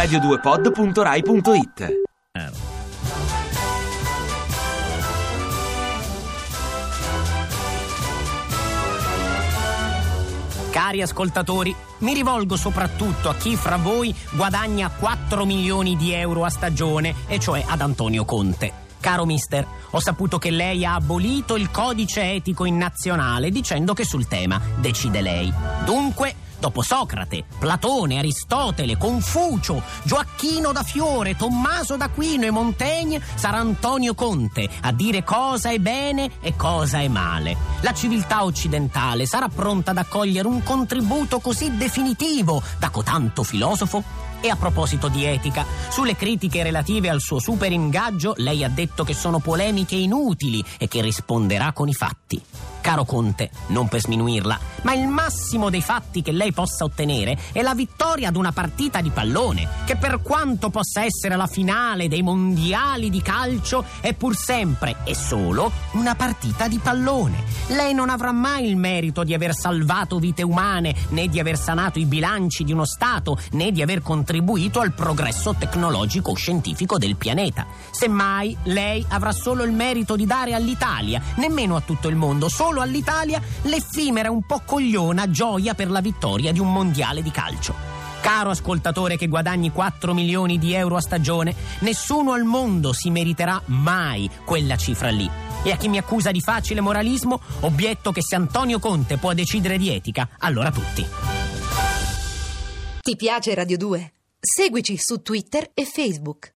radio2pod.rai.it. Cari ascoltatori, mi rivolgo soprattutto a chi fra voi guadagna 4 milioni di euro a stagione, e cioè ad Antonio Conte. Caro mister, ho saputo che lei ha abolito il codice etico in nazionale dicendo che sul tema decide lei. Dunque, dopo Socrate, Platone, Aristotele, Confucio, Gioacchino da Fiore, Tommaso d'Aquino e Montaigne, sarà Antonio Conte a dire cosa è bene e cosa è male. La civiltà occidentale sarà pronta ad accogliere un contributo così definitivo da cotanto filosofo? E a proposito di etica, sulle critiche relative al suo super ingaggio, lei ha detto che sono polemiche inutili e che risponderà con i fatti. Caro Conte, non per sminuirla, ma il massimo dei fatti che lei possa ottenere è la vittoria ad una partita di pallone, che per quanto possa essere la finale dei mondiali di calcio, è pur sempre e solo una partita di pallone. Lei non avrà mai il merito di aver salvato vite umane, né di aver sanato i bilanci di uno Stato, né di aver contribuito al progresso tecnologico-scientifico del pianeta. Semmai, lei avrà solo il merito di dare all'Italia, nemmeno a tutto il mondo, solo all'Italia, l'effimera e un po' cogliona gioia per la vittoria di un mondiale di calcio. Caro ascoltatore che guadagni 4 milioni di euro a stagione, nessuno al mondo si meriterà mai quella cifra lì. E a chi mi accusa di facile moralismo, obietto che se Antonio Conte può decidere di etica, allora tutti. Ti piace Radio 2? Seguici su Twitter e Facebook.